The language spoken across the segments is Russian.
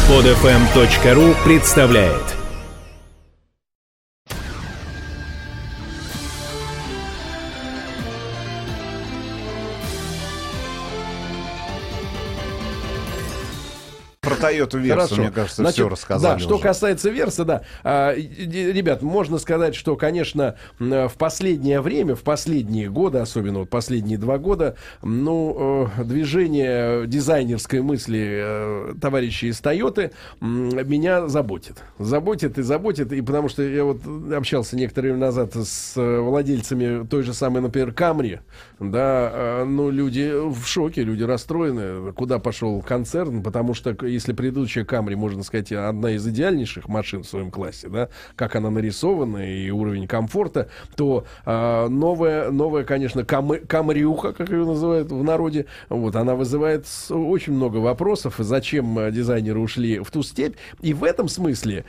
Подфм.ру представляет. Про Toyota Versa, мне кажется, все рассказали. Да, что уже. касается Верса, да. Ребят, можно сказать, что, конечно, в последнее время, в последние годы, особенно вот последние 2 года, движение дизайнерской мысли товарищей из Toyota меня заботит. Заботит, и потому что я вот общался некоторое время назад с владельцами той же самой, например, Camry, да, люди в шоке, люди расстроены, куда пошел концерн, потому что если предыдущая Camry, можно сказать, одна из идеальнейших машин в своем классе, да, как она нарисована и уровень комфорта, то новая, конечно, Камрюха, как ее называют в народе, вот, она вызывает очень много вопросов, зачем дизайнеры ушли в ту степь. И в этом смысле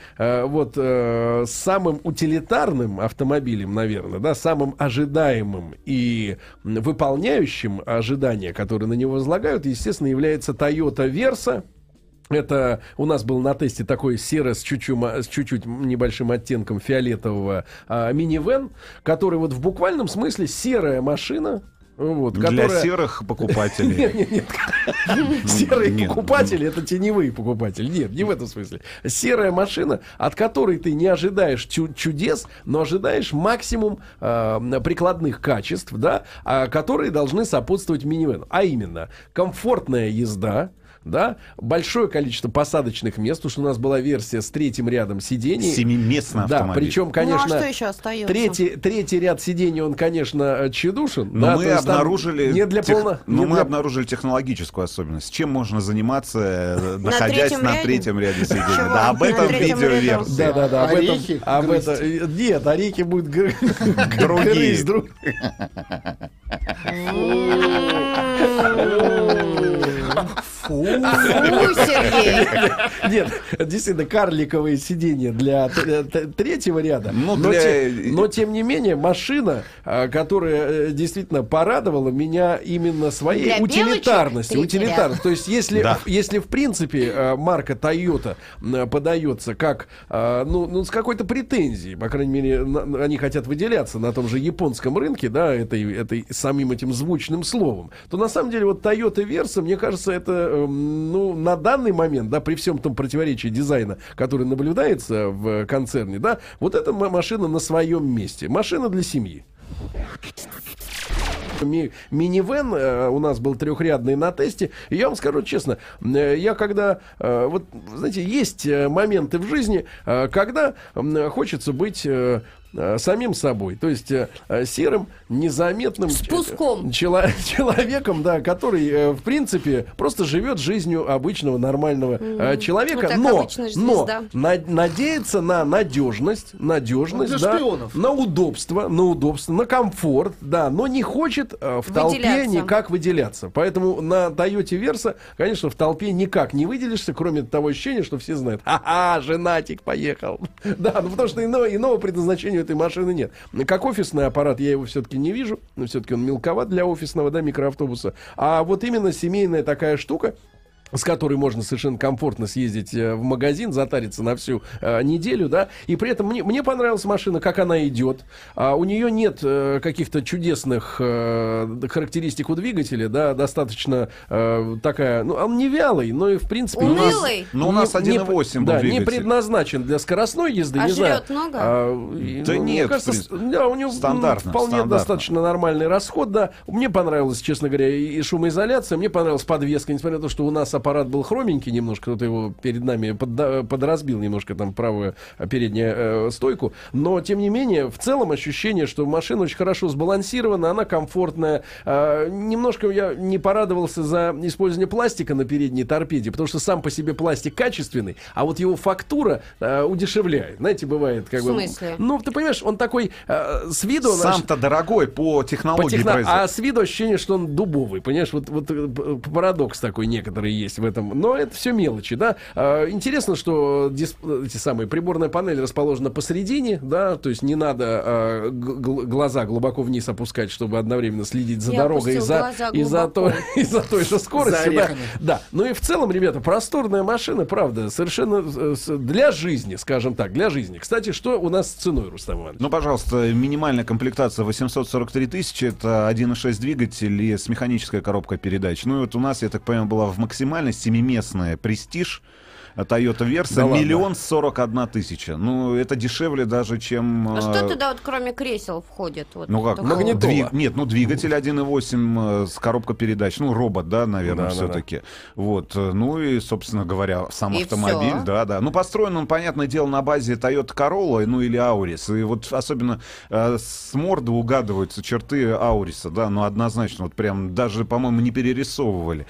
самым утилитарным автомобилем, наверное, да, самым ожидаемым и выполняющим ожидания, которые на него возлагают, естественно, является Toyota Versa. Это у нас был на тесте такой серый с чуть-чуть небольшим оттенком фиолетового минивэн, который вот в буквальном смысле серая машина. Вот, для серых покупателей. Нет. Серые покупатели — это теневые покупатели. Нет, не в этом смысле. Серая машина, от которой ты не ожидаешь чудес, но ожидаешь максимум прикладных качеств, да, которые должны сопутствовать минивэну. А именно, комфортная езда, да, большое количество посадочных мест, потому что у нас была версия с 3-м рядом сидений. 7-местный автомобиль. Да, причем, конечно, что еще остается? Третий ряд сидений, он, конечно, тщедушен. Но да, мы обнаружили обнаружили технологическую особенность. Чем можно заниматься, находясь на 3-м ряде сидений. Чего? Да, об этом видеоверсии. Да, Орехи нет, орехи будут Другие. Фу, Сергей. Нет, действительно, карликовые сиденья для 3-го ряда. Но тем не менее, машина, которая действительно порадовала меня именно своей для утилитарностью. белочек? То есть, если в принципе марка Toyota подается как, с какой-то претензией, по крайней мере, они хотят выделяться на том же японском рынке, да, этой самим этим звучным словом, то на самом деле вот Toyota Versa, мне кажется, это на данный момент, да, при всем том противоречии дизайна, который наблюдается в концерне, да, вот эта машина на своем месте. Машина для семьи. Минивэн у нас был 3-рядный на тесте. И я вам скажу честно, я когда... знаете, есть моменты в жизни, когда хочется быть... самим собой, то есть серым, незаметным человеком, да, который, в принципе, просто живет жизнью обычного нормального человека, но надеется на надежность, да, на удобство, на комфорт, да, но не хочет в толпе никак выделяться. Поэтому на Toyota Versa, конечно, в толпе никак не выделишься, кроме того ощущения, что все знают: ха-ха, женатик поехал. Да, потому что иного предназначения этой машины нет. Как офисный аппарат я его все-таки не вижу, но все-таки он мелковат для офисного, да, микроавтобуса. А вот именно семейная такая штука, с которой можно совершенно комфортно съездить в магазин, затариться на всю неделю, да, и при этом мне понравилась машина, как она идет. У нее нет каких-то чудесных характеристик у двигателя, да, достаточно такая, он не вялый, но и в принципе... Унылый? У нас 1.8 был двигатель. Не предназначен для скоростной езды, не знаю. Жрет много? Да нет, кажется, у него вполне достаточно нормальный расход, да. Мне понравилась, честно говоря, и шумоизоляция, мне понравилась подвеска, несмотря на то, что у нас аппарат был хроменький немножко, кто-то его перед нами подразбил немножко, там, правую переднюю стойку, но, тем не менее, в целом ощущение, что машина очень хорошо сбалансирована, она комфортная. Немножко я не порадовался за использование пластика на передней торпеде, потому что сам по себе пластик качественный, а вот его фактура удешевляет. Знаете, бывает как бы... В смысле? Ты понимаешь, он такой с виду... Сам-то дорогой по технологии производства. А с виду ощущение, что он дубовый, понимаешь, вот парадокс такой некоторый есть. есть в этом. Но это все мелочи, да. Интересно, что эти самые приборная панель расположена посередине, да, то есть не надо глаза глубоко вниз опускать, чтобы одновременно следить за дорогой и за той же скоростью. Да. Ну и в целом, ребята, просторная машина, правда, совершенно для жизни, скажем так, для жизни. Кстати, что у нас с ценой, Рустам Иванович? Ну, пожалуйста, минимальная комплектация 843 тысячи, это 1.6 двигатель и с механической коробкой передач. Ну и вот у нас, я так понимаю, была в максимальной 7-местная Prestige Toyota Versa, да 1 041 000. Ну, это дешевле даже, чем... А что туда вот кроме кресел входит? Вот, ну как, нет, ну двигатель 1.8 с коробкой передач, ну робот, да, наверное, все-таки. Да. Вот, ну и, собственно говоря, сам и автомобиль, да. Ну построен он, понятное дело, на базе Toyota Corolla, ну или Auris. И вот особенно с морды угадываются черты Ауриса, да, ну однозначно, вот прям даже, по-моему, не перерисовывали.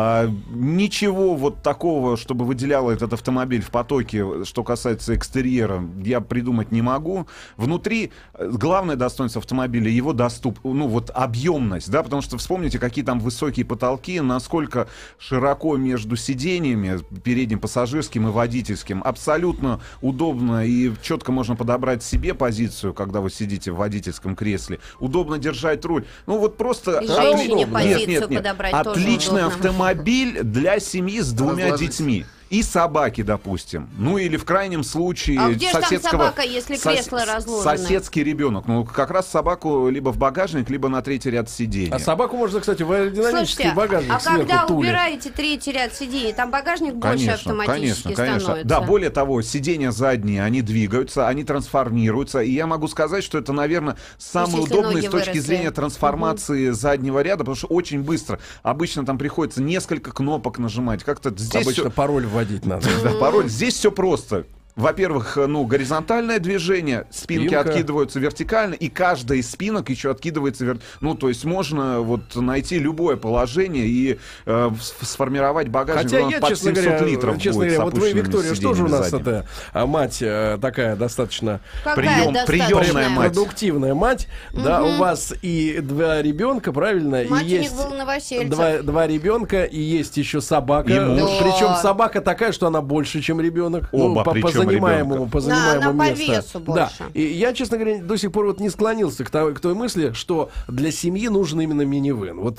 Ничего вот такого, чтобы выделяло этот автомобиль в потоке, что касается экстерьера, я придумать не могу. Внутри главное достоинство автомобиля — его ну вот объемность, да, потому что вспомните, какие там высокие потолки, насколько широко между сиденьями, передним пассажирским и водительским. Абсолютно удобно и четко можно подобрать себе позицию, когда вы сидите в водительском кресле. Удобно держать руль. Ну вот просто... Женщине позицию подобрать отличный автомобиль для семьи с двумя детьми. И собаки, допустим. Ну или в крайнем случае... А где же там собака, если кресло разложено? Соседский ребенок. Ну как раз собаку либо в багажник, либо на третий ряд сидений. А собаку можно, кстати, в аэродинамический багажник. А когда убираете третий ряд сидений, там багажник больше автоматически становится. Да, более того, сиденья задние, они двигаются, они трансформируются. И я могу сказать, что это, наверное, самый удобный с точки зрения трансформации заднего ряда, потому что очень быстро. Обычно там приходится несколько кнопок нажимать. Как-то здесь обычно пароль вводить надо. Да, пароль. Здесь все просто. Во-первых, ну, горизонтальное движение, спинки откидываются вертикально, и каждая из спинок еще откидывается ну, то есть можно вот найти любое положение и сформировать багажник. Хотя я, под 700 литров честно говоря, вот вы, Виктория, что же у нас это мать такая достаточно приемная мать, продуктивная мать, да, у вас и 2 ребенка, правильно? Мать и есть у них был Новосельцев. 2 ребенка, и есть еще собака. Причем собака такая, что она больше, чем ребенок. Оба, по занимаемому место. Весу больше. Да. И я, честно говоря, до сих пор вот не склонился к той мысли, что для семьи нужен именно минивэн. Вот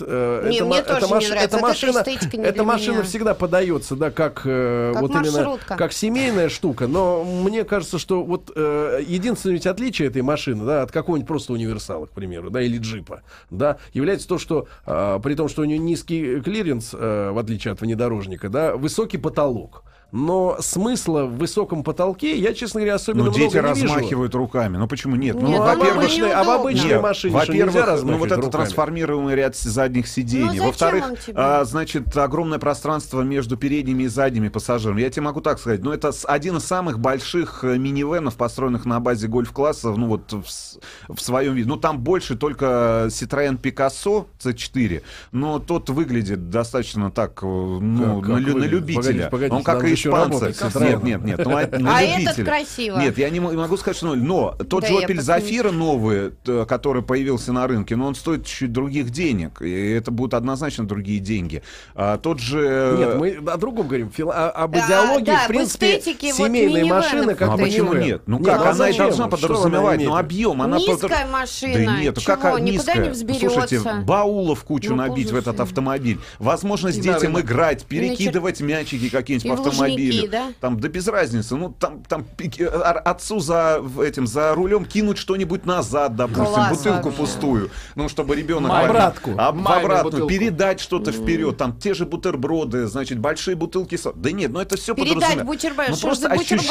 эта машина всегда подается, да, как вот именно как семейная штука. Но мне кажется, что вот единственное ведь отличие этой машины, да, от какого-нибудь просто универсала, к примеру, да, или джипа, да, является то, что при том, что у нее низкий клиренс, в отличие от внедорожника, да, высокий потолок. Но смысла в высоком потолке я, честно говоря, особенно много не вижу. Ну, дети размахивают руками. Ну, почему нет? Ну, во-первых, в обычной машине нельзя размахивать ну, вот это руками. Трансформируемый ряд задних сидений. Во-вторых, значит, огромное пространство между передними и задними пассажирами. Я тебе могу так сказать, ну, это один из самых больших минивенов, построенных на базе гольф-класса, ну, вот в своем виде. Ну, там больше только Citroёn Picasso C4, но тот выглядит достаточно так, ну, на любителя. Погодите, он как и испанцы. Нет. Ну, а этот красиво. Нет, я не могу сказать, что... Но тот же Opel Zafira новый, который появился на рынке, но он стоит чуть других денег. И это будут однозначно другие деньги. Тот же... Нет, мы о другом говорим. Об идеологии, в принципе, семейной машины, как а почему нет? Ну как, она и должна подразумевать, но объем. Низкая машина. Да нет, как никуда не взберется. Слушайте, баулов кучу набить в этот автомобиль. Возможность детям играть, перекидывать мячики какие-нибудь по автомобилю. Да? Там, да без разницы. Ну, там отцу за рулем кинуть что-нибудь назад, допустим, бутылку пустую. Ну, чтобы ребенок... обратку. Передать что-то вперед. Там те же бутерброды, значит, большие бутылки... Да нет, ну это все подразумевает. Передать бутерброд. Ну, просто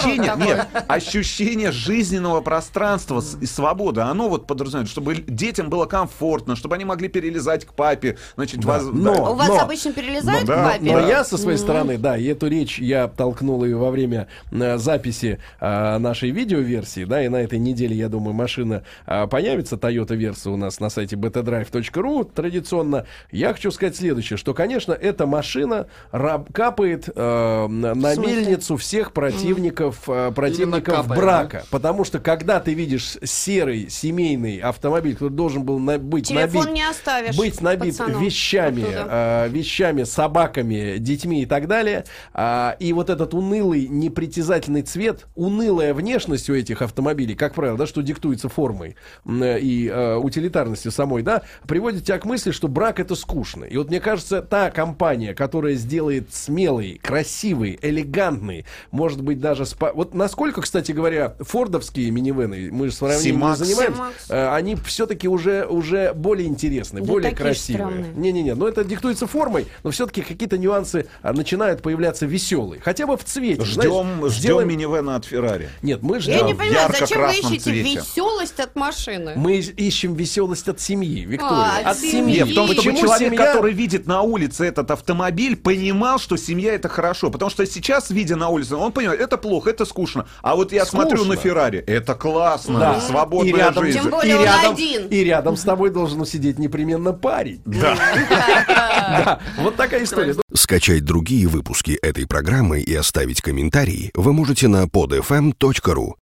ощущение жизненного пространства и свободы. Оно вот подразумевает, чтобы детям было комфортно, чтобы они могли перелезать к папе. Значит, у вас обычно перелезают к папе? Но я со своей стороны, да, и эту речь я меня толкнуло и во время записи нашей видеоверсии, да, и на этой неделе, я думаю, машина появится, Toyota-версия у нас на сайте betadrive.ru традиционно. Я хочу сказать следующее, что, конечно, эта машина капает на мельницу всех противников брака. Потому что, когда ты видишь серый семейный автомобиль, который должен был быть набит вещами, собаками, детьми и так далее, и вот этот унылый, непритязательный цвет, унылая внешность у этих автомобилей, как правило, да, что диктуется формой и утилитарностью самой, да, приводит тебя к мысли, что брак — это скучно. И вот мне кажется, та компания, которая сделает смелый, красивый, элегантный, может быть, даже... Вот насколько, кстати говоря, фордовские минивены, мы же с сравнением занимаемся, они все-таки уже более интересны, да, более красивые. Не-не-не, но это диктуется формой, но все-таки какие-то нюансы начинают появляться веселые. Хотя бы в цвете. Ждем минивэна от Феррари. Нет, мы ждем. Я не понимаю, зачем вы ищете веселость от машины? Мы ищем веселость от семьи, Виктория. От семьи. В том, чтобы человек, который видит на улице этот автомобиль, понимал, что семья — это хорошо. Потому что сейчас, видя на улице, он понимает, это плохо, это скучно. А вот я смотрю на Феррари, это классно, да. Свободная жизнь. Тем более он один. И рядом с тобой должен сидеть непременно парень. Да. Вот такая история. Скачать другие выпуски этой программы и оставить комментарии вы можете на podfm.ru.